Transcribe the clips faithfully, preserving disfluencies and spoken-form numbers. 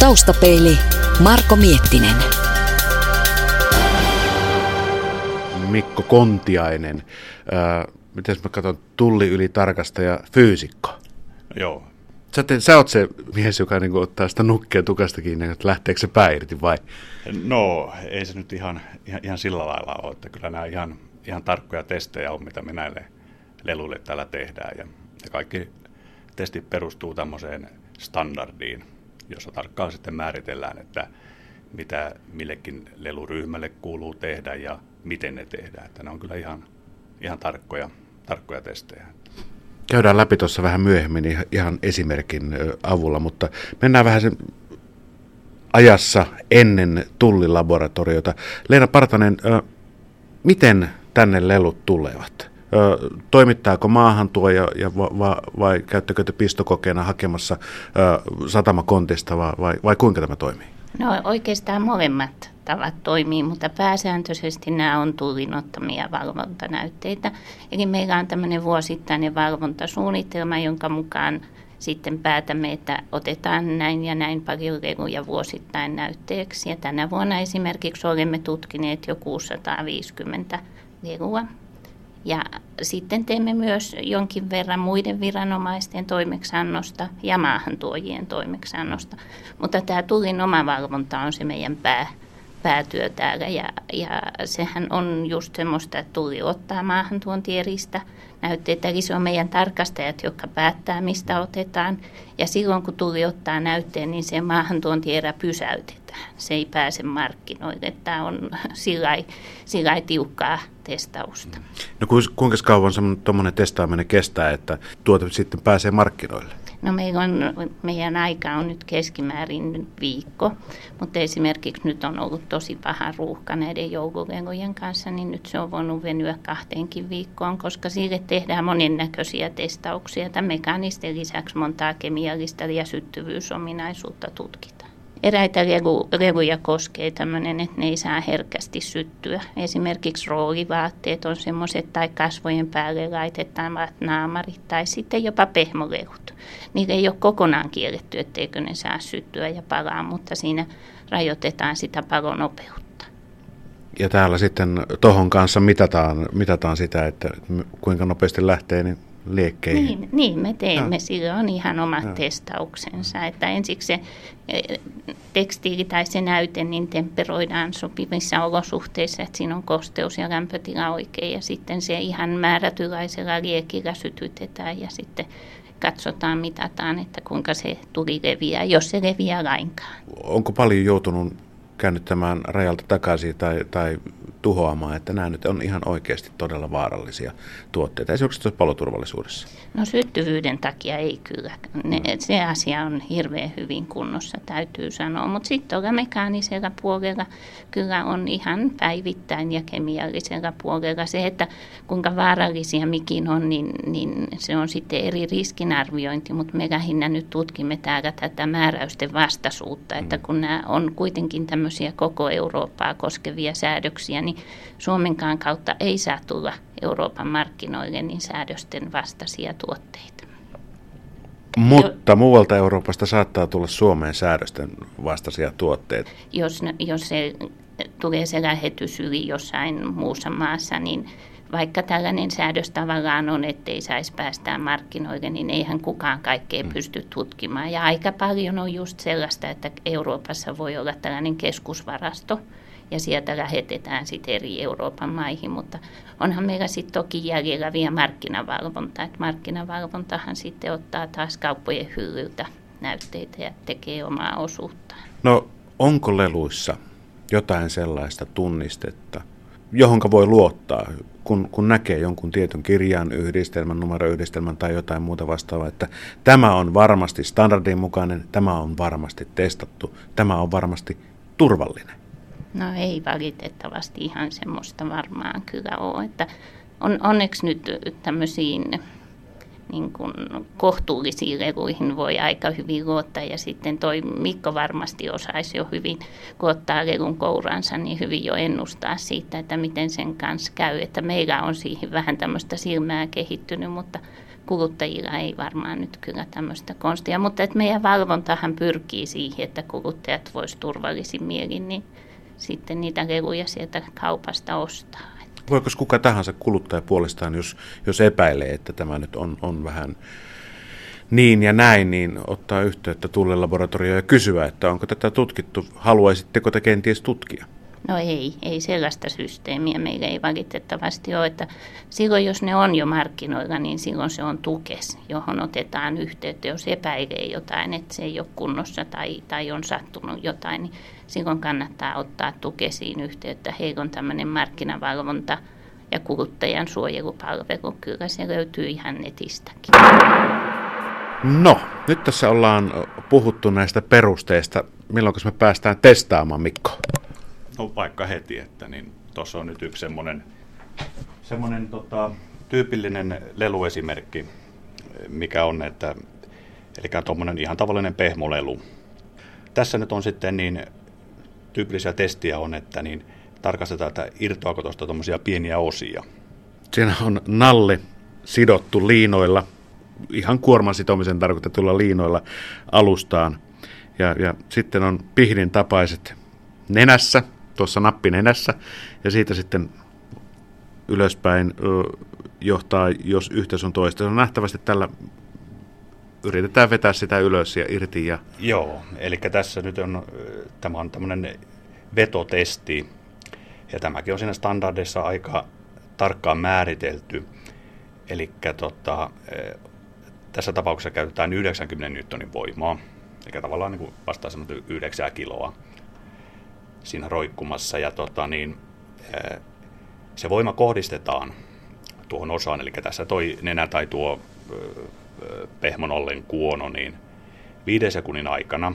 Taustapeili Marko Miettinen. Mikko Kontiainen. Äh, miten mä katson, tulliylitarkastaja, fyysikko. Joo. Sä, te, sä oot se mies, joka niin kuin ottaa sitä nukkea tukasta kiinni, että lähteekö se pää irti vai? No, ei se nyt ihan, ihan, ihan sillä lailla ole, että kyllä nämä ihan, ihan tarkkoja testejä on, mitä me näille leluille täällä tehdään. Ja, ja kaikki testit perustuu tämmöiseen standardiin, jossa tarkkaan sitten määritellään, että mitä millekin leluryhmälle kuuluu tehdä ja miten ne tehdään. Että ne on kyllä ihan, ihan tarkkoja, tarkkoja testejä. Käydään läpi tuossa vähän myöhemmin ihan esimerkin avulla, mutta mennään vähän sen ajassa ennen tullilaboratoriota. Leena Partanen, miten tänne lelut tulevat? Toimittaako maahantuoja ja vai, vai käyttäkö te pistokokeena hakemassa satamakontista vai, vai, vai kuinka tämä toimii? No oikeastaan molemmat tavat toimii, mutta pääsääntöisesti nämä on tullin ottamia valvontanäytteitä. Eli meillä on tämmöinen vuosittainen valvontasuunnitelma, jonka mukaan sitten päätämme, että otetaan näin ja näin paljon leluja vuosittain näytteeksi. Ja tänä vuonna esimerkiksi olemme tutkineet jo kuusisataaviisikymmentä lelua. Ja sitten teemme myös jonkin verran muiden viranomaisten toimeksiannosta ja maahantuojien toimeksiannosta. Mutta tämä tullin omavalvonta on se meidän pää, päätyö täällä ja, ja sehän on just semmoista, että tulli ottaa maahantuontieristä näytteitä. Eli se on meidän tarkastajat, jotka päättää, mistä otetaan. Ja silloin kun tulli ottaa näytteen, niin se maahantuontierä pysäytetään. Se ei pääse markkinoille. Tämä on sillä lailla tiukkaa testausta. No kuinka kauan tuommoinen testaaminen kestää, että tuote sitten pääsee markkinoille? No meillä on, meidän aika on nyt keskimäärin viikko, mutta esimerkiksi nyt on ollut tosi paha ruuhka näiden joululelujen kanssa, niin nyt se on voinut venyä kahteenkin viikkoon, koska sille tehdään monennäköisiä testauksia. Tämän mekaanisten lisäksi montaa kemiallista ja syttyvyysominaisuutta tutkitaan. Eräitä lelu, leluja koskee tämmöinen, että ne ei saa herkästi syttyä. Esimerkiksi roolivaatteet on semmoiset tai kasvojen päälle laitettavat naamarit tai sitten jopa pehmolelut. Niitä ei ole kokonaan kielletty, etteikö ne saa syttyä ja palaa, mutta siinä rajoitetaan sitä palonopeutta. Ja täällä sitten tohon kanssa mitataan, mitataan sitä, että kuinka nopeasti lähtee niin liekkeihin. Niin, niin me teemme. No. Sillä on ihan omat no. testauksensa. Että ensiksi se tekstiili tai se näyte niin temperoidaan sopivissa olosuhteissa, että siinä on kosteus ja lämpötila oikein. Ja sitten se ihan määrätylaisella liekillä sytytetään ja sitten katsotaan, mitataan, että kuinka se tuli leviää, jos se leviää lainkaan. Onko paljon joutunut käännyttämään rajalta takaisin tai, tai tuhoamaan, että nämä nyt on ihan oikeasti todella vaarallisia tuotteita, esimerkiksi tuossa paloturvallisuudessa? No syttyvyyden takia ei kyllä. Ne, se asia on hirveän hyvin kunnossa, täytyy sanoa. Mutta sitten tuolla mekaanisella puolella kyllä on ihan päivittäin ja kemiallisella puolella se, että kuinka vaarallisia mikin on, niin, niin se on sitten eri riskinarviointi. Mutta me lähinnä nyt tutkimme täällä tätä määräysten vastaisuutta, että kun nämä on kuitenkin tämmöisiä koko Eurooppaa koskevia säädöksiä, niin Suomenkaan kautta ei saa tulla Euroopan markkinoille niin säädösten vastaisia tuotteita. Mutta muualta Euroopasta saattaa tulla Suomeen säädösten vastaisia tuotteita. Jos, jos se tulee se lähetys yli jossain muussa maassa, niin vaikka tällainen säädös tavallaan on, ettei saisi päästää markkinoille, niin eihän kukaan kaikkea pysty tutkimaan. Ja aika paljon on just sellaista, että Euroopassa voi olla tällainen keskusvarasto, ja sieltä lähetetään sitten eri Euroopan maihin, mutta onhan meillä sitten toki jäljellä vielä markkinavalvonta. Et markkinavalvontahan sitten ottaa taas kauppojen hyllyltä näytteitä ja tekee omaa osuuttaan. No onko leluissa jotain sellaista tunnistetta, johonka voi luottaa, kun, kun näkee jonkun tietyn kirjan, yhdistelmän, numeroyhdistelmän tai jotain muuta vastaavaa, että tämä on varmasti standardin mukainen, tämä on varmasti testattu, tämä on varmasti turvallinen? No ei valitettavasti ihan semmoista varmaan kyllä ole, että on onneksi nyt tämmöisiin niin kuin kohtuullisiin leluihin voi aika hyvin luottaa ja sitten toi Mikko varmasti osaisi jo hyvin, kun ottaa lelun kouransa, niin hyvin jo ennustaa siitä, että miten sen kanssa käy, että meillä on siihen vähän tämmöistä silmää kehittynyt, mutta kuluttajilla ei varmaan nyt kyllä tämmöistä konstia, mutta että meidän valvontahan pyrkii siihen, että kuluttajat vois turvallisin mielin, niin sitten niitä leluja sieltä kaupasta ostaa. Voiko kuka tahansa kuluttaja puolestaan, jos, jos epäilee, että tämä nyt on, on vähän niin ja näin, niin ottaa yhteyttä Tullilaboratorioon ja kysyä, että onko tätä tutkittu, haluaisitteko te kenties tutkia? No ei, ei sellaista systeemiä meillä ei valitettavasti ole, että silloin jos ne on jo markkinoilla, niin silloin se on tukes, johon otetaan yhteyttä, jos epäilee jotain, että se ei ole kunnossa tai, tai on sattunut jotain, niin silloin kannattaa ottaa tukesiin yhteyttä. Heillä on tämmöinen markkinavalvonta ja kuluttajan suojelupalvelu, kyllä se löytyy ihan netistäkin. No, nyt tässä ollaan puhuttu näistä perusteista. Milloin me päästään testaamaan, Mikko? No vaikka heti, että niin tuossa on nyt yksi semmoinen, semmoinen tota, tyypillinen leluesimerkki, mikä on, että eli tuommoinen ihan tavallinen pehmolelu. Tässä nyt on sitten niin tyypillisiä testiä on, että niin tarkastetaan, että irtoako tuosta tuommoisia pieniä osia. Siinä on nalli sidottu liinoilla, ihan kuorman sitomisen tarkoitetulla liinoilla alustaan. Ja, ja sitten on pihdin tapaiset nenässä, tuossa nappinenässä, ja siitä sitten ylöspäin ö, johtaa, jos yhteys on toista. Se on nähtävästi tällä yritetään vetää sitä ylös ja irti. Ja... Joo, eli tässä nyt on, tämä on tämmöinen vetotesti, ja tämäkin on siinä standardissa aika tarkkaan määritelty. Eli tota, tässä tapauksessa käytetään yhdeksänkymmentä newtonin voimaa, eli tavallaan niin vastaa semmoinen yhdeksän kiloa siinä roikkumassa, ja tota, niin, se voima kohdistetaan tuohon osaan, eli tässä toi nenä tai tuo pehmonollen kuono, niin viiden sekunnin aikana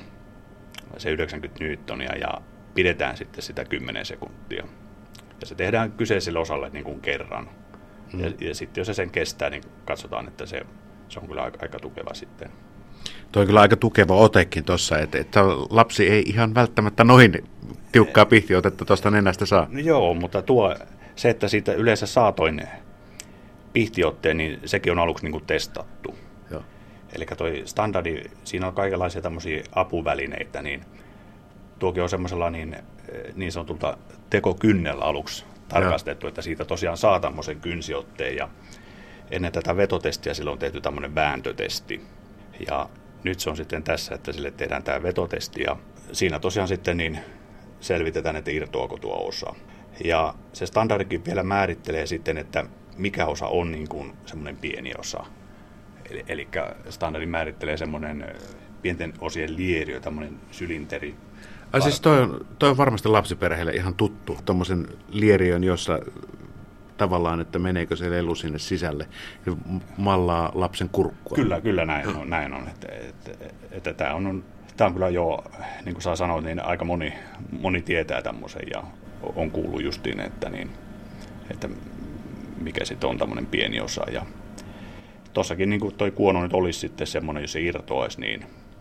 se yhdeksänkymmentä newtonia, ja pidetään sitten sitä kymmenen sekuntia. Ja se tehdään kyseiselle osalle niin kuin kerran. Mm. Ja, ja sitten jos se sen kestää, niin katsotaan, että se, se on kyllä aika, aika tukeva sitten. Tuo on kyllä aika tukeva otekin tuossa, että, että lapsi ei ihan välttämättä noin tiukkaa pihtiotetta tuosta nenästä saa. No joo, mutta tuo, se, että siitä yleensä saa toinen pihtiotteen, niin sekin on aluksi niin kuin testattu. Joo. Eli toi standardi, siinä on kaikenlaisia tämmöisiä apuvälineitä, niin tuokin on semmoisella niin, niin sanotulta tekokynnellä aluksi tarkastettu, Joo. että siitä tosiaan saa tämmöisen kynsiotteen, ja ennen tätä vetotestiä silloin on tehty tämmöinen vääntötesti. Ja nyt se on sitten tässä, että sille tehdään tämä vetotesti, ja siinä tosiaan sitten niin selvitetään, että irtoako tuo osa. Ja se standardikin vielä määrittelee sitten, että mikä osa on niin kuin semmoinen pieni osa. Eli, eli standardi määrittelee semmoinen pienten osien lieriö, tämmöinen sylinteri. Ai siis toi on, toi on varmasti lapsiperheelle ihan tuttu, tuommoisen lieriön, jossa tavallaan, että meneekö se lelu sinne sisälle ja mallaa lapsen kurkkua. Kyllä, kyllä näin on. Näin on että, että, että tämä on, tämä on kyllä jo, niin kuin sä sanoit, niin aika moni, moni tietää tämmöisen ja on kuullut justiin, että, niin, että mikä sitten on tämmöinen pieni osa. Ja tossakin niin kuin toi kuono nyt olisi sitten semmoinen, jos se irtoaisi, niin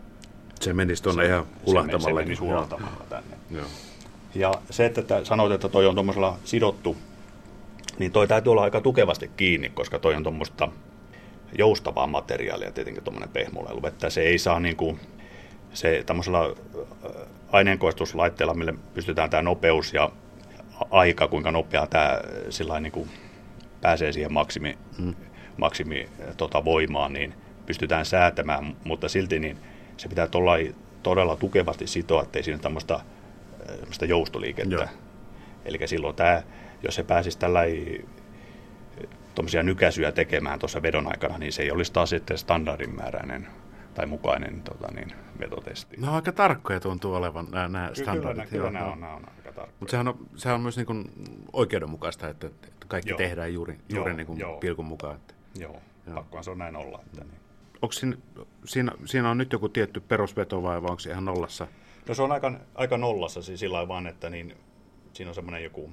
se menisi tuonne ihan hulahtamalla. Se menisi hulahtamalla tänne. Joo. Ja se, että sanoit, että toi on tuommoisella sidottu, niin toi täytyy olla aika tukevasti kiinni, koska toi on tuommoista joustavaa materiaalia, tietenkin tuommoinen pehmolelu, että se ei saa niin kuin, se tämmöisellä aineenkoistuslaitteella, millä pystytään tämä nopeus ja aika, kuinka nopea tämä sillain niin kuin pääsee siihen maksimi, hmm. maksimi tota, voimaan, niin pystytään säätämään, mutta silti niin se pitää tollai, todella tukevasti sitoa, ettei siinä tämmöistä joustoliikettä. Joo. Eli silloin tämä, jos se pääsisi tällaisia tuommoisia nykäisyjä tekemään tuossa vedon aikana, niin se ei olisi taas sitten standardinmääräinen tai mukainen tota, niin, vetotesti. No aika tarkkoja tuntuu olevan nämä, nämä standardit. Kyllä, kyllä nämä on, nämä on aika tarkkoja. Mutta sehän on, sehän on myös niin kuin oikeudenmukaista, että, että kaikki joo. tehdään juuri, juuri joo, niin kuin joo. pilkun mukaan. Että. Joo, joo. Pakkohan se on näin olla. Että niin. Onko siinä, siinä, siinä on nyt joku tietty perusveto vai onko se ihan nollassa? No se on aika, aika nollassa siis sillä lailla vaan, että niin, siinä on semmoinen joku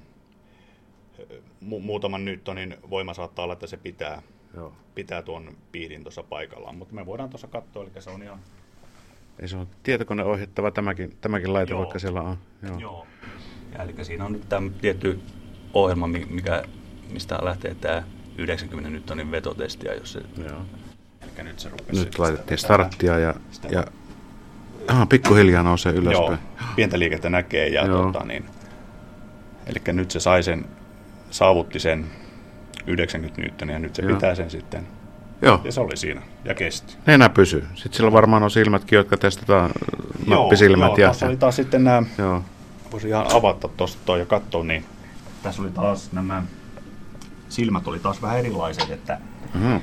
mu- muutaman newtonin voima saattaa olla, että se pitää, Joo. pitää tuon piihdin tuossa paikallaan. Mutta me voidaan tuossa katsoa, eli se on ihan... Ei se on tietokoneohjattava tämäkin, tämäkin laite, Joo. vaikka siellä on. Joo. Joo. Ja, eli siinä on nyt tämä tietty ohjelma, mikä, mistä lähtee tämä yhdeksänkymmentä newtonin vetotesti, jos se... Joo. Ehkä nyt se rupesi. Nyt laitettiin starttia ja, ja aha, pikkuhiljaa nousee ylöspäin. Joo, pientä liikettä näkee. Ja tota, niin, eli nyt se sai sen, saavutti sen yhdeksänkymmentä newtonia ja nyt se Joo. pitää sen sitten. Joo. Ja se oli siinä ja kesti. Nenä pysyy. Sitten sillä varmaan on silmätkin, jotka testataan, nappisilmät. Joo, ja tuossa oli taas sitten nämä, Joo. voisin ihan avata tuosta toi ja katsoa, niin tässä oli taas nämä silmät oli taas vähän erilaiset, että mm-hmm.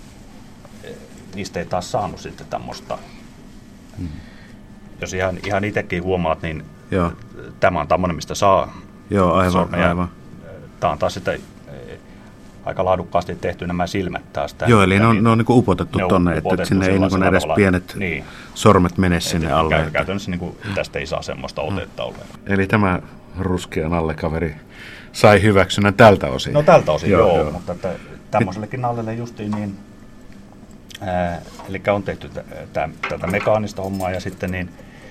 niistä ei taas saanut sitten tämmöistä. Mm. Jos ihan, ihan itsekin huomaat, niin Joo. tämä on tämmöinen, mistä saa. Joo, aivan, aivan. Tämä on taas sitten aika laadukkaasti tehty nämä silmät taas. Joo, eli ne on, ne on niin kuin upotettu tuonne, että sinne ei niin edes pienet niin. sormet mene sinne alle. Käy, käytännössä niin kuin tästä ei saa semmoista otetta mm. ollenkaan. Eli tämä ruskean nallekaveri sai hyväksynnän tältä osin. No tältä osin joo, joo, joo. Mutta että tämmöisellekin nallelle justiin niin, ää, eli on tehty t- t- tätä mekaanista hommaa ja sitten niin,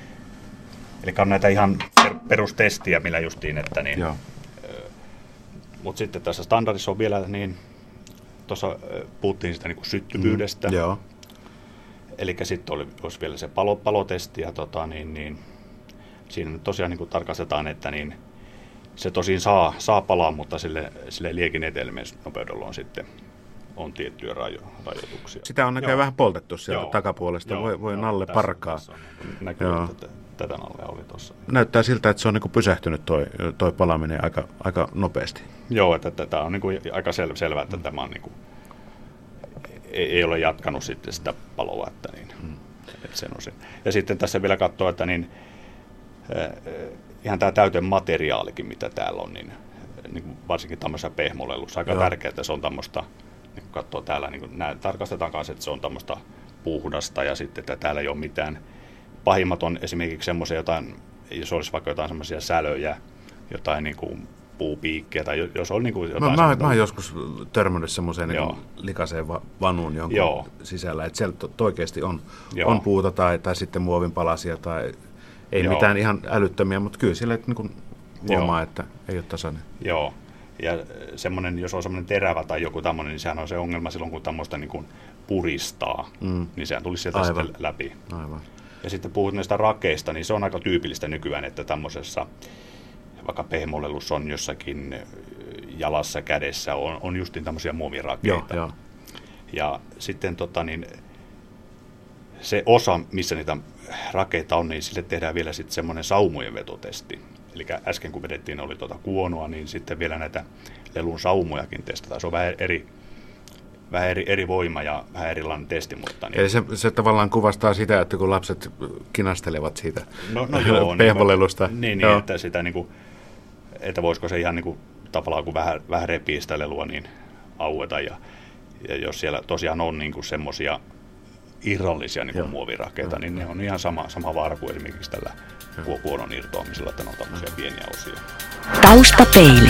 eli on näitä ihan per, perustestiä, millä justiin, että niin, joo. Mutta sitten tässä standardissa on vielä niin, tuossa puhuttiin sitä niin kuin syttyvyydestä. Mm, joo. Eli sitten oli, olisi vielä se palo, palotesti ja tota, niin, niin, siinä nyt tosiaan niin kuin tarkastetaan, että niin, se tosin saa, saa palaa, mutta sille, sille liekin etenemisnopeudella on sitten on tiettyjä rajo, rajoituksia. Sitä on näköjään vähän poltettu sieltä joo. takapuolesta. Joo, voi voi joo, nalle tässä, parkaa. Tässä näkyy, joo. että tätä nallea oli tuossa. Näyttää siltä, että se on niin kuin pysähtynyt toi, toi palaaminen aika, aika nopeasti. Joo, että tämä on niin kuin aika sel, selvää, että mm. tämä on niin kuin, ei, ei ole jatkanut sitten sitä paloa. Että niin, mm. että sen osin. Ja sitten tässä vielä katsoo, että niin, äh, ihan tämä täytemateriaalikin, mitä täällä on, niin, niin varsinkin tämmöisessä pehmolelussa, aika tärkeää, että se on tämmöistä, niin kun katsoo täällä, niin kun nää, tarkastetaan kanssa, että se on tämmöistä puhdasta ja sitten, että täällä ei ole mitään. Pahimmat on esimerkiksi semmoisia jotain, jos olisi vaikka jotain semmoisia sälöjä, jotain niin kuin puupiikkiä tai jos on niin kuin jotain. Mä, mä, mä oon joskus törmännyt semmoiseen niin likaiseen va- vanuun jonkun Joo. sisällä, että siellä to- oikeasti on, on puuta tai, tai sitten muovin palasia tai ei Joo. mitään ihan älyttömiä, mutta kyllä siellä niin huomaa, Joo. että ei ole tasainen. Joo, ja semmoinen, jos on semmoinen terävä tai joku tämmöinen, niin sehän on se ongelma silloin, kun tämmöistä niin kuin puristaa, mm. niin sehän tulisi sieltä Aivan. sitten läpi. Aivan. Ja sitten puhut näistä rakeista, niin se on aika tyypillistä nykyään, että tämmöisessä, vaikka pehmolelussa on jossakin jalassa, kädessä, on, on justiin tämmöisiä muovirakeita. Joo, jo. Ja sitten tota, niin, se osa, missä niitä rakeita on, niin sille tehdään vielä sitten semmoinen saumojen vetotesti. Eli äsken kun vedettiin oli tuota kuonoa, niin sitten vielä näitä lelun saumojakin testataan. Se on vähän eri, vähän eri, eri voima ja vähän erilainen testi. Mutta niin. Eli se, se tavallaan kuvastaa sitä, että kun lapset kinastelevat siitä no, no joo, pehmolelusta. Niin, niin, niin että, sitä, niin kuin, että voisiko se ihan niin kuin, tavallaan kun vähän, vähän repii sitä lelua, niin aueta. Ja, ja jos siellä tosiaan on niin kuin semmoisia irrallisia niin kuin muovirakeita, niin ne on ihan sama, sama vaara kuin esimerkiksi tällä kuonon irtoamisella, että ne on tämmöisiä pieniä osia. Taustapeili.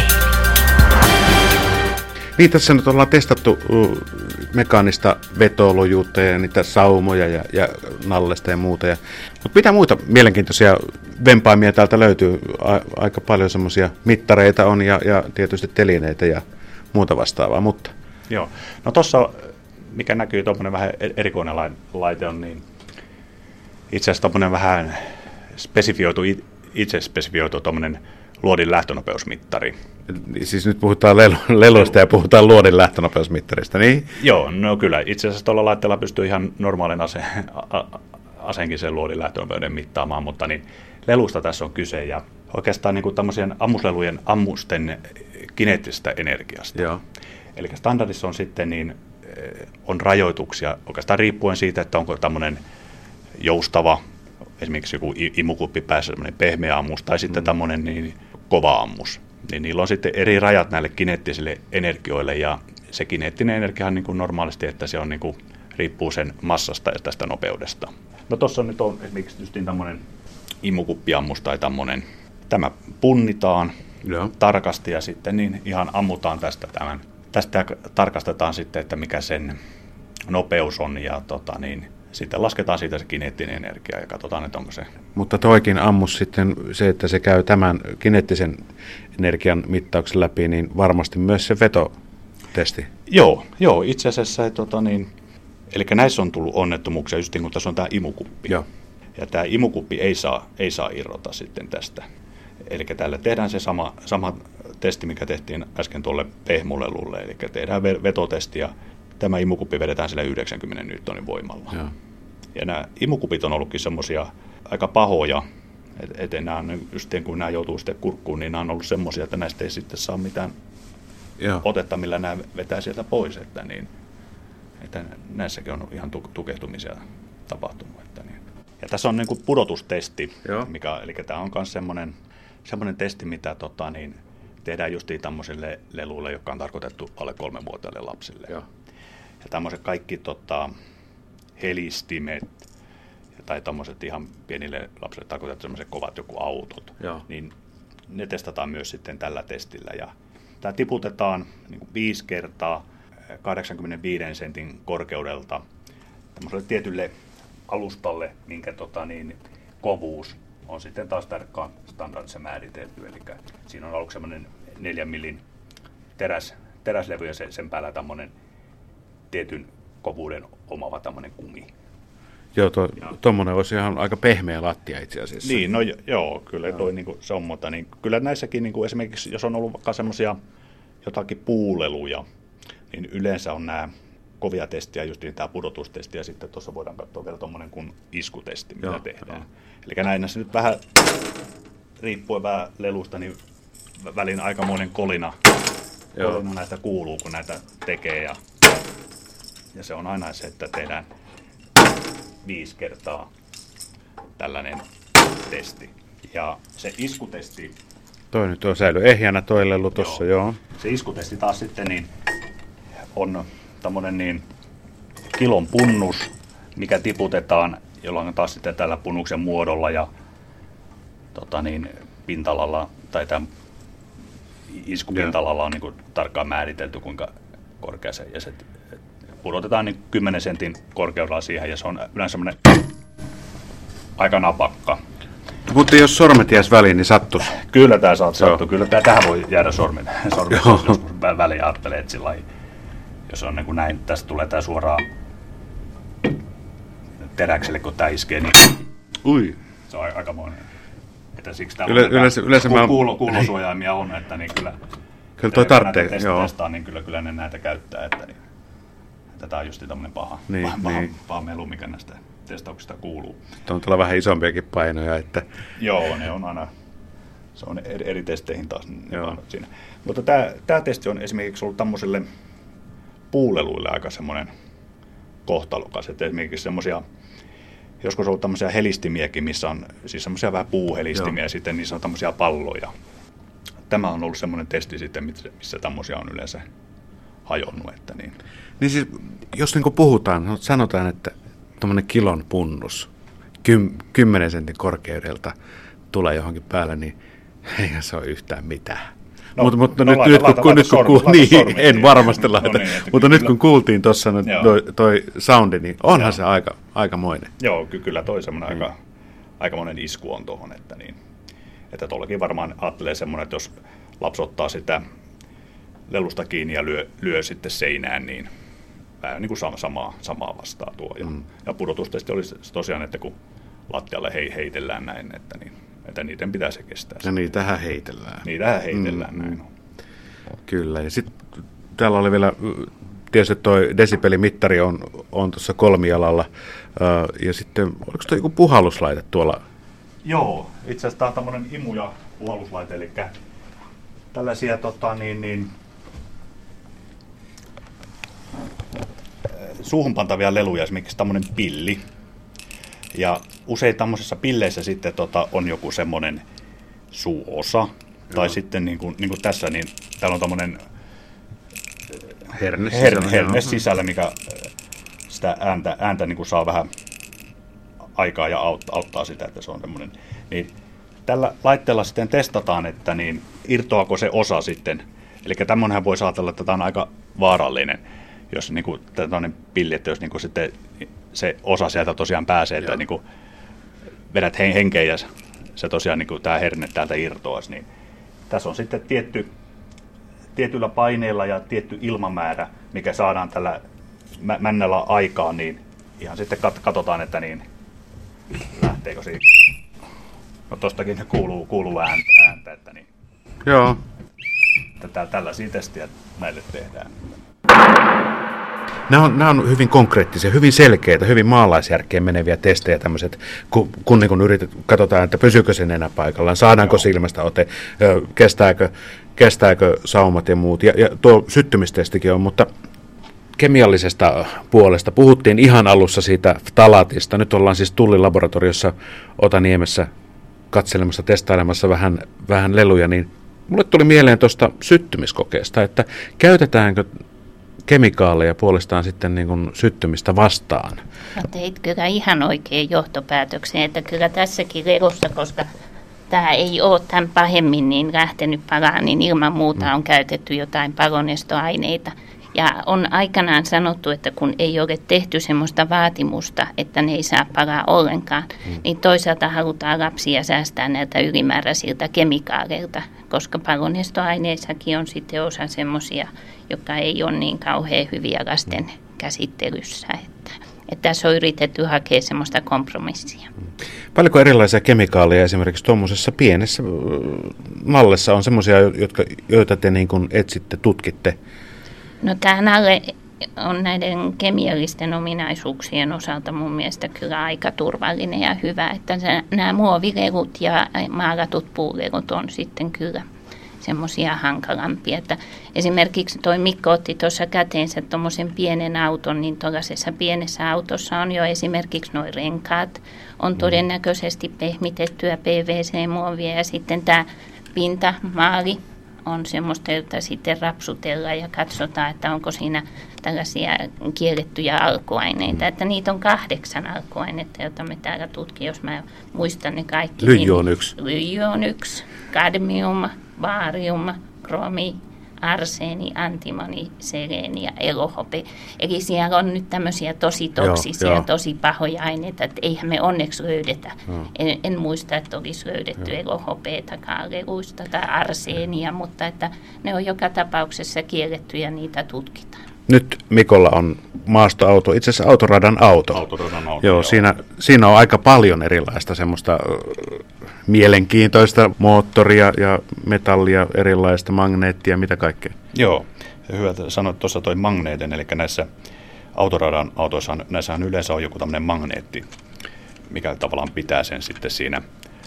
Niin, tässä nyt ollaan testattu uh, mekaanista vetolojuutta ja niitä saumoja ja, ja nallesta ja muuta. Ja, mutta mitä muita mielenkiintoisia vempaimia täältä löytyy? A, aika paljon semmoisia mittareita on ja, ja tietysti telineitä ja muuta vastaavaa, mutta... Joo, no tuossa, mikä näkyy tuommoinen vähän erikoinen laite on, niin itse asiassa tuommoinen vähän spesifioitu, itse spesifioitu tuommoinen luodin lähtönopeusmittari. Siis nyt puhutaan lelu- leluista ja puhutaan luodin lähtönopeusmittarista, niin? Joo, no kyllä. Itse asiassa tuolla laitteella pystyy ihan normaalin ase- a- aseenkin sen luodin lähtönopeuden mittaamaan, mutta niin lelusta tässä on kyse ja oikeastaan niin kuin tämmöisien ammuslelujen ammusten kineettisestä energiasta. Joo. Eli standardissa on sitten niin, on rajoituksia oikeastaan riippuen siitä, että onko tämmöinen joustava, esimerkiksi joku imukuppi päässä semmoinen pehmeä ammus tai sitten mm. tämmöinen niin kova ammus. Niin niillä on sitten eri rajat näille kineettisille energioille ja se kineettinen energia on niin kuin normaalisti, että se on niin kuin, riippuu sen massasta ja tästä nopeudesta. No tuossa nyt on esimerkiksi justiin tämmöinen imukuppiammus tai tämmöinen. Tämä punnitaan Joo. tarkasti ja sitten niin ihan ammutaan tästä tämän. Tästä tarkastetaan sitten, että mikä sen nopeus on ja tota niin, sitten lasketaan siitä se kineettinen energia ja katsotaan, että onko se. Mutta toikin ammus sitten se, että se käy tämän kineettisen energian mittauksen läpi, niin varmasti myös se vetotesti. Joo, joo itse asiassa tota niin, Eli näissä on tullut onnettomuuksia, just niin kuin tässä on tämä imukuppi. Joo. Ja tämä imukuppi ei saa, ei saa irrota sitten tästä. Eli tällä tehdään se sama, sama testi, mikä tehtiin äsken tuolle pehmolelulle. Eli tehdään vetotesti ja tämä imukuppi vedetään sille yhdeksänkymmentä newtonin voimalla. Joo. Ja nämä imukupit on ollutkin semmoisia aika pahoja, että et nämä on, just kun nämä joutuu sitten kurkkuun, niin nämä on ollut semmoisia, että näistä ei sitten saa mitään Joo. otetta, millä nämä vetää sieltä pois. Että, niin, että näissäkin on ihan tukehtumisia tapahtunut. Että niin. Ja tässä on niin kuin pudotustesti, mikä, eli tämä on myös semmoinen, semmoinen testi, mitä tota, niin, tehdään justiin tämmöisille leluille, jotka on tarkoitettu alle kolmenvuotiaille lapsille. Joo. Ja tämmöiset kaikki tota, helistimet tai tämmöiset ihan pienille lapsille tarkoitettu semmoiset kovat joku autot, Joo. niin ne testataan myös sitten tällä testillä. Ja tämä tiputetaan niin kuin viisi kertaa kahdeksankymmentäviisi sentin korkeudelta tämmöiselle tietylle alustalle, minkä tota, niin, kovuus on sitten taas tarkkaan standardissa määritelty. Eli siinä on aluksi semmoinen neljän millin teräs, teräslevy ja sen päällä tämmöinen tietyn kovuuden omava tämmöinen kumi. Joo, tuommoinen olisi ihan aika pehmeä lattia itse asiassa. Niin, no joo, kyllä joo. Toi, niin kuin, se on, mutta niin, kyllä näissäkin niin kuin esimerkiksi, jos on ollut vaikka semmoisia jotakin puuleluja, niin yleensä on nämä kovia testiä, just niin tämä pudotustesti, ja sitten tuossa voidaan katsoa vielä tuommoinen kuin iskutesti, mitä joo, tehdään. Joo. Eli näissä nyt vähän, riippuen vähän lelusta, niin välin aikamoinen kolina, kolina näistä kuuluu, kun näitä tekee, ja, ja se on aina se, että tehdään viisi kertaa tällainen testi. Ja se iskutesti... Toi nyt on säily ehjänä toi lelu tossa, joo. joo. Se iskutesti taas sitten niin on tämmönen niin kilon punnus, mikä tiputetaan, jolloin on taas sitten tällä punnuksen muodolla ja tota niin, pintalalla, tai tämän iskupintalalla on niin kuin tarkkaan määritelty, kuinka korkea se, ja se pudotetaan niin kymmenen sentin korkeudella siihen, ja se on yleensä semmoinen aika napakka. Mutta jos sormet jäisi väliin, niin sattuisi. Kyllä tämä saat sattua. Kyllä tämä, tähän voi jäädä sormen, sormen joskus väliin ajattelee, että sillä lailla, jos on niin kuin näin, tästä tulee tämä suoraan teräkselle, kun tämä iskee, niin Ui. Se on aikamoinen. Että siksi Yle, yleensä, yleensä kuulo, kuulo, kuulosuojaimia on, että niin kyllä, kyllä toi tarvitsee, joo. Testaa, niin kyllä, kyllä ne näitä käyttää, että, niin, että tämä on just tämmöinen paha, niin, paha, niin. paha melu, mikä näistä testauksista kuuluu. Tuo on tuolla vähän isompiakin painoja, että... Joo, ne on aina, se on eri, eri testeihin taas siinä. Mutta tämä, tämä testi on esimerkiksi ollut tämmöiselle puuleluille aika semmoinen kohtalokas, että esimerkiksi semmoisia, joskus on ollut tämmöisiä helistimiäkin, missä on siis semmoisia vähän puuhelistimiä, Joo. ja sitten niissä on tämmöisiä palloja. Tämä on ollut semmoinen testi sitten, missä tämmöisiä on yleensä hajonnut. Että niin. Niin siis, jos niin kuin puhutaan, sanotaan, että tuommoinen kilon punnus kym, kymmenen sentin korkeudelta tulee johonkin päälle, niin eihän se ole yhtään mitään. No, mutta mutta no, nyt, laita, nyt, laita, kun, laita, nyt kun sormi, kuul... niin, sormi, en niin, varmasti laita, no niin, mutta nyt kun kuultiin tuossa toi, toi soundi, niin onhan Joo. se aika, aikamoinen. Joo, ky- kyllä toi semmoinen mm. aika, aikamoinen isku on tuohon, että, niin, että tuollakin varmaan ajattelee semmoinen, että jos lapsi ottaa sitä lelusta kiinni ja lyö, lyö sitten seinään, niin vähän niin kuin samaa, samaa vastaa tuo. Ja, mm. ja pudotustesti olisi tosiaan, että kun lattialle hei, heitellään näin, että, niin, että niiden pitää se kestää. Ja niitähän heitellään. Niitähän heitellään mm. näin. Kyllä, ja sitten täällä oli vielä, tietysti tuo desibelimittari on, on tuossa kolmijalalla, ja sitten oliko tuo joku puhalluslaite tuolla? Joo, itse asiassa tämä on tämmöinen imu- ja puhalluslaite, eli tällaisia tota, niin, niin, suuhun pantavia leluja, esimerkiksi tämmöinen pilli. Ja usein tämmöisissä pilleissä sitten tota, on joku semmoinen suuosa. Joo. Tai sitten niin kuin, niin kuin tässä, niin täällä on tämmöinen herne, her, sisällä, herne sisällä, mikä sitä ääntä, ääntä niin kuin saa vähän aikaa ja auttaa, auttaa sitä, että se on semmoinen. Niin tällä laitteella sitten testataan, että niin irtoako se osa sitten. Eli tämmöinenhän voi ajatella, että tämä on aika vaarallinen, jos niin kuin, tämmöinen pilli, että jos niin kuin sitten se osa sieltä tosiaan pääsee, että niin kuin vedät henkeä ja se tosiaan niin kuin tämä herne täältä irtoaisi, niin tässä on sitten tietty, tietyllä paineella ja tietty ilmamäärä, mikä saadaan tällä mä, männällä aikaan, niin ihan sitten kat, katsotaan, että niin lähteekö siitä. No tostakin kuuluu, kuuluu ääntä, ääntä, että niin. Joo. Että tällaisia testejä näille tehdään. Nämä on, nämä on hyvin konkreettisia, hyvin selkeitä, hyvin maalaisjärkeen meneviä testejä tämmöiset, kun, kun, niin kun yritet, katsotaan, että pysyykö se nenä paikallaan, saadaanko Joo. silmästä ote, kestääkö, kestääkö saumat ja muut. Ja, ja tuo syttymistestikin on, mutta kemiallisesta puolesta puhuttiin ihan alussa siitä ftalatista. Nyt ollaan siis Tullilaboratoriossa Otaniemessä katselemassa, testailemassa vähän, vähän leluja, niin mulle tuli mieleen tuosta syttymiskokeesta, että käytetäänkö kemikaaleja puolestaan sitten niin kuin syttymistä vastaan. No teit kyllä ihan oikein johtopäätöksen, että kyllä tässäkin lelussa, koska tämä ei ole tämän pahemmin niin lähtenyt palaan, niin ilman muuta on käytetty jotain palonestoaineita. Ja on aikanaan sanottu, että kun ei ole tehty semmoista vaatimusta, että ne ei saa palaa ollenkaan, mm. niin toisaalta halutaan lapsia säästää näiltä ylimääräisiltä kemikaaleilta, koska palonestoaineissakin on sitten osa semmoisia, jotka ei ole niin kauhean hyviä lasten käsittelyssä. Että, että tässä on yritetty hakea semmoista kompromissia. Paljonko erilaisia kemikaaleja esimerkiksi tuommoisessa pienessä nallessa on semmoisia, jotka, joita te niin kuin etsitte, tutkitte? No tämä nalle on näiden kemiallisten ominaisuuksien osalta mun mielestä kyllä aika turvallinen ja hyvä, että nämä muovilelut ja maalatut puulelut on sitten kyllä semmoisia hankalampia. Että esimerkiksi toi Mikko otti tuossa käteensä tuommoisen pienen auton, niin tuollaisessa pienessä autossa on jo esimerkiksi nuo renkaat, on todennäköisesti pehmitettyä P V C-muovia ja sitten tämä pintamaali on semmoista, jota sitten rapsutellaan ja katsotaan, että onko siinä tällaisia kiellettyjä alkuaineita. Että niitä on kahdeksan alkuainetta, joita me täällä tutkimme, jos mä muistan ne kaikki. Lyijy on yksi. Lyijy on yksi. Kadmium, baarium, kromi, arseeni, antimoni, seleeni ja elohope. Eli siellä on nyt tämmöisiä tosi toksisia, joo, joo. tosi pahoja aineita, että eihän me onneksi löydetä. Hmm. En, en muista, että olisi löydetty hmm. elohopeetakaan leluista tai arseenia, hmm. mutta että ne on joka tapauksessa kielletty ja niitä tutkitaan. Nyt Mikolla on maastoauto, itse asiassa autoradan auto. Autoradan auto, joo, joo. Siinä, siinä on aika paljon erilaista semmoista mielenkiintoista moottoria ja metallia, erilaista magneettia, mitä kaikkea. Joo, hyvä, että sanoit tuossa toi magneetin, eli näissä autoradan autoissa, näissähän yleensä on joku tämmöinen magneetti, mikä tavallaan pitää sen sitten siinä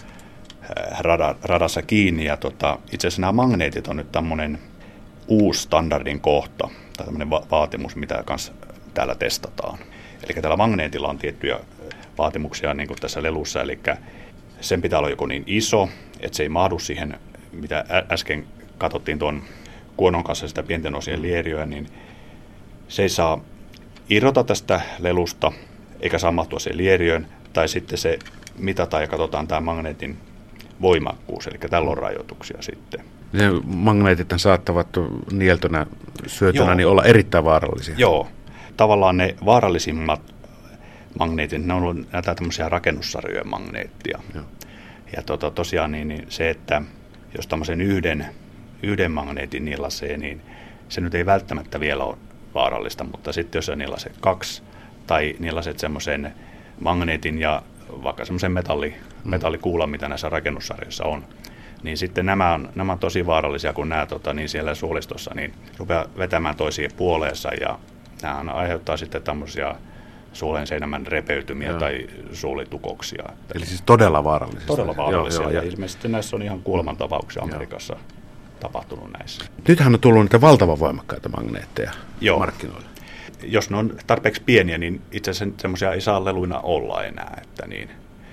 rada, radassa kiinni. Ja tota, itse asiassa nämä magneetit on nyt tämmöinen uusi standardin kohta, tai tämmöinen va- vaatimus, mitä kanssa täällä testataan. Eli tällä magneetilla on tiettyjä vaatimuksia niin kuin tässä lelussa, eli sen pitää olla joku niin iso, että se ei mahdu siihen, mitä äsken katsottiin tuon kuonon kanssa sitä pienten osien lieriöä, niin se ei saa irrota tästä lelusta, eikä saa mahtua siihen lieriöön, tai sitten se mitataan ja katsotaan tämä magneetin voimakkuus, eli tällä on rajoituksia sitten. Ne magneetit saattavat nieltönä, syötönä niin olla erittäin vaarallisia. Joo, tavallaan ne vaarallisimmat magneetit, ne on ollut näitä tämmöisiä rakennussarjojen magneettia. Joo. Ja tota, tosiaan niin, niin se, että jos tämmöisen yhden, yhden magneetin nilasee, niin se nyt ei välttämättä vielä ole vaarallista, mutta sitten jos sä nilaset kaksi tai nilaset semmoisen magneetin ja vaikka semmoisen metalli, mm. metallikuulan, mitä näissä rakennussarjoissa on, niin sitten nämä on, nämä on tosi vaarallisia, kun nämä tota, niin siellä suolistossa niin rupeaa vetämään toisiin puoleensa ja nämä aiheuttaa sitten tämmöisiä suolen seinämän repeytymiä joo. tai suolitukoksia. Eli siis todella vaarallisia. Todella vaarallisia. Joo, joo, ja ilmeisesti näissä on ihan kuolemantapauksia Amerikassa joo. tapahtunut näissä. Nythän on tullut niitä valtavan voimakkaita magneetteja joo. markkinoille. Jos ne on tarpeeksi pieniä, niin itse asiassa semmoisia ei saa leluina olla enää. Että niin,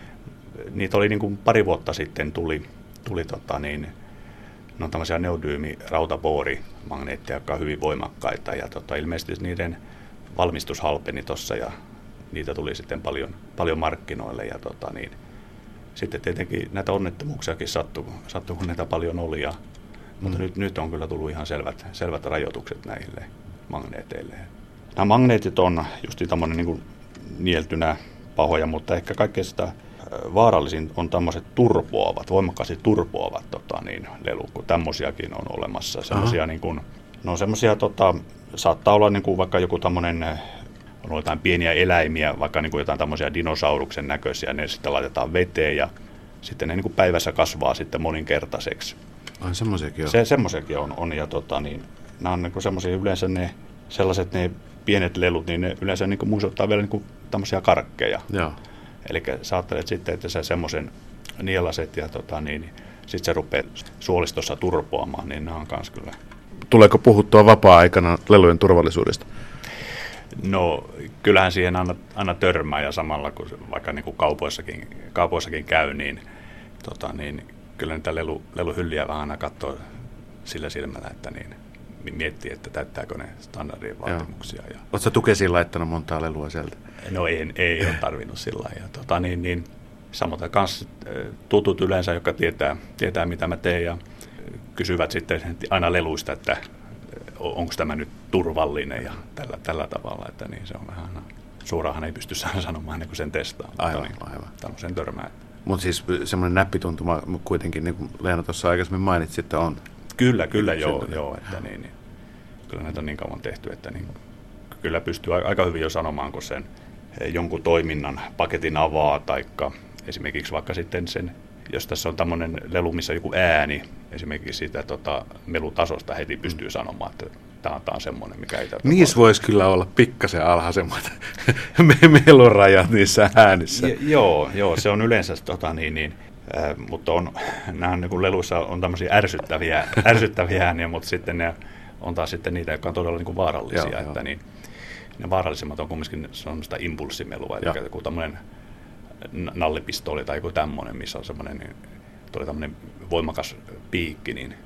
niitä oli niin kuin pari vuotta sitten tuli, tuli tota niin, ne on tämmöisiä neodyymi-rautaboori-magneetteja, jotka on hyvin voimakkaita. Ja tota, ilmeisesti niiden valmistus halpeni tuossa ja niitä tuli sitten paljon, paljon markkinoille. Ja tota, niin, sitten tietenkin näitä onnettomuuksiakin sattui, sattui kun näitä paljon oli. Ja, mm. Mutta nyt, nyt on kyllä tullut ihan selvät, selvät rajoitukset näille magneeteille. Nämä magneetit on just tämmöinen niin kuin nieltynä pahoja, mutta ehkä kaikkein sitä vaarallisin on tämmöiset turpoavat, voimakkaasti turpoavat tota, niin, lelut, kun tämmöisiäkin on olemassa. Semmoisia, niin kuin, no semmoisia, tota, saattaa olla niin kuin vaikka joku tämmöinen on jotain pieniä eläimiä, vaikka niin kuin jotain tämmöisiä dinosauruksen näköisiä, ne sitten laitetaan veteen ja sitten ne niin kuin päivässä kasvaa sitten moninkertaiseksi. Ai semmoisiakin on? Se, semmoisiakin on, on ja tota, niin, nämä on niin semmoisia yleensä ne sellaiset ne pienet lelut, niin ne yleensä niin kuin muistuttaa vielä niin kuin tämmöisiä karkkeja. Joo. Eli sä ajattelet sitten, että sä semmoisen nielaset ja tota, niin, niin sitten se rupeaa suolistossa turpoamaan, niin nämä on kans kyllä. Tuleeko puhuttua vapaa-aikana lelujen turvallisuudesta? No kyllähän siihen aina, aina törmää ja samalla kun vaikka niin kuin kaupoissakin, kaupoissakin käy, niin, tota, niin kyllä niitä lelu, leluhylliä vähän aina katsoo sillä silmällä, että niin, miettii, että täyttääkö ne standardien vaatimuksia. Ja oletko sä Tukesiin laittanut montaa lelua sieltä? No ei, ei ole tarvinnut sillä lailla. Tota, niin, niin, samoin kanssa tutut yleensä, jotka tietää, tietää mitä mä teen ja kysyvät sitten aina leluista, että onko tämä nyt turvallinen ja tällä, tällä tavalla, että niin se on vähän suoraanhan ei pysty sanomaan ennen kuin sen testaa. Aivan, niin, aivan. Tämmöisen törmää. Mutta siis semmoinen näppituntuma kuitenkin, niin kuin Leena tuossa aikaisemmin mainitsi, että on. Kyllä, kyllä joo, joo että niin, niin, kyllä näitä on niin kauan tehty, että niin, kyllä pystyy aika hyvin jo sanomaan, kun sen jonkun toiminnan paketin avaa, taikka esimerkiksi vaikka sitten sen, jos tässä on tämmöinen lelu, missä on joku ääni, esimerkiksi siitä tota, melutasosta heti pystyy sanomaan, että tämä on, tämä on semmoinen, mikä ei täytä. Niissä voisi kyllä olla pikkasen alhaisemmat melurajat niissä äänissä. Ja, joo, joo, se on yleensä, tota, niin, niin, äh, mutta on, nämä niin leluissa on tämmöisiä ärsyttäviä, ärsyttäviä ääniä, mutta sitten ne on taas sitten niitä, jotka on todella niin kuin vaarallisia. Joo, että, niin, ne vaarallisimmat on kumminkin semmoista impulssimelua, eli joku tämmöinen nallipistooli tai joku tämmöinen, missä on semmoinen niin, tämmöinen voimakas piikki, niin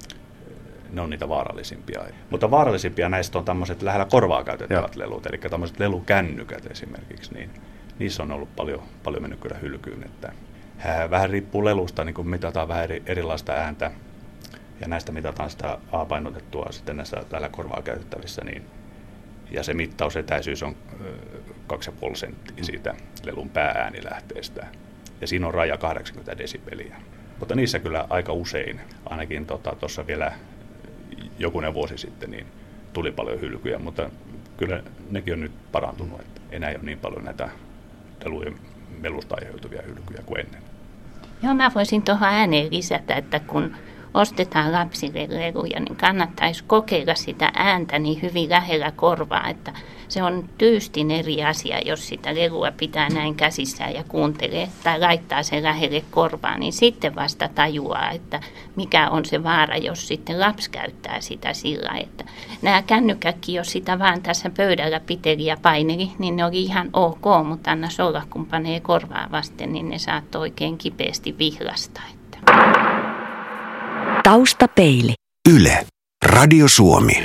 ne on niitä vaarallisimpia. Mutta vaarallisimpia näistä on tämmöiset lähellä korvaa käytettävät Joo. lelut, eli tämmöiset lelukännykät esimerkiksi, niin niissä on ollut paljon, paljon mennyt kyllä hylkyyn. Että, ää, vähän riippuu lelusta, niin kun mitataan vähän eri, erilaista ääntä, ja näistä mitataan sitä A-painotettua sitten näissä lähellä korvaa käytettävissä, niin, ja se mittausetäisyys on kaksi pilkku viisi senttiä siitä lelun päääänilähteestä, ja siinä on raja kahdeksankymmentä desibeliä. Mutta niissä kyllä aika usein, ainakin tuossa tota, vielä jokunen vuosi sitten, niin tuli paljon hylkyjä, mutta kyllä nekin on nyt parantunut, että enää ei ole niin paljon näitä lelujen melusta aiheutuvia hylkyjä kuin ennen. Joo, mä voisin tuohon ääneen lisätä, että kun ostetaan lapsille leluja, niin kannattaisi kokeilla sitä ääntä niin hyvin lähellä korvaa, että se on tyystin eri asia, jos sitä lelua pitää näin käsissään ja kuuntelee tai laittaa sen lähelle korvaa, niin sitten vasta tajuaa, että mikä on se vaara, jos sitten lapsi käyttää sitä sillä, että nämä kännykätkin, jos sitä vaan tässä pöydällä piteli ja paineli, niin ne oli ihan ok, mutta anna olla, kun panee korvaa vasten, niin ne saattoi oikein kipeästi vihlasta. Taustapeili. Yle. Radio Suomi.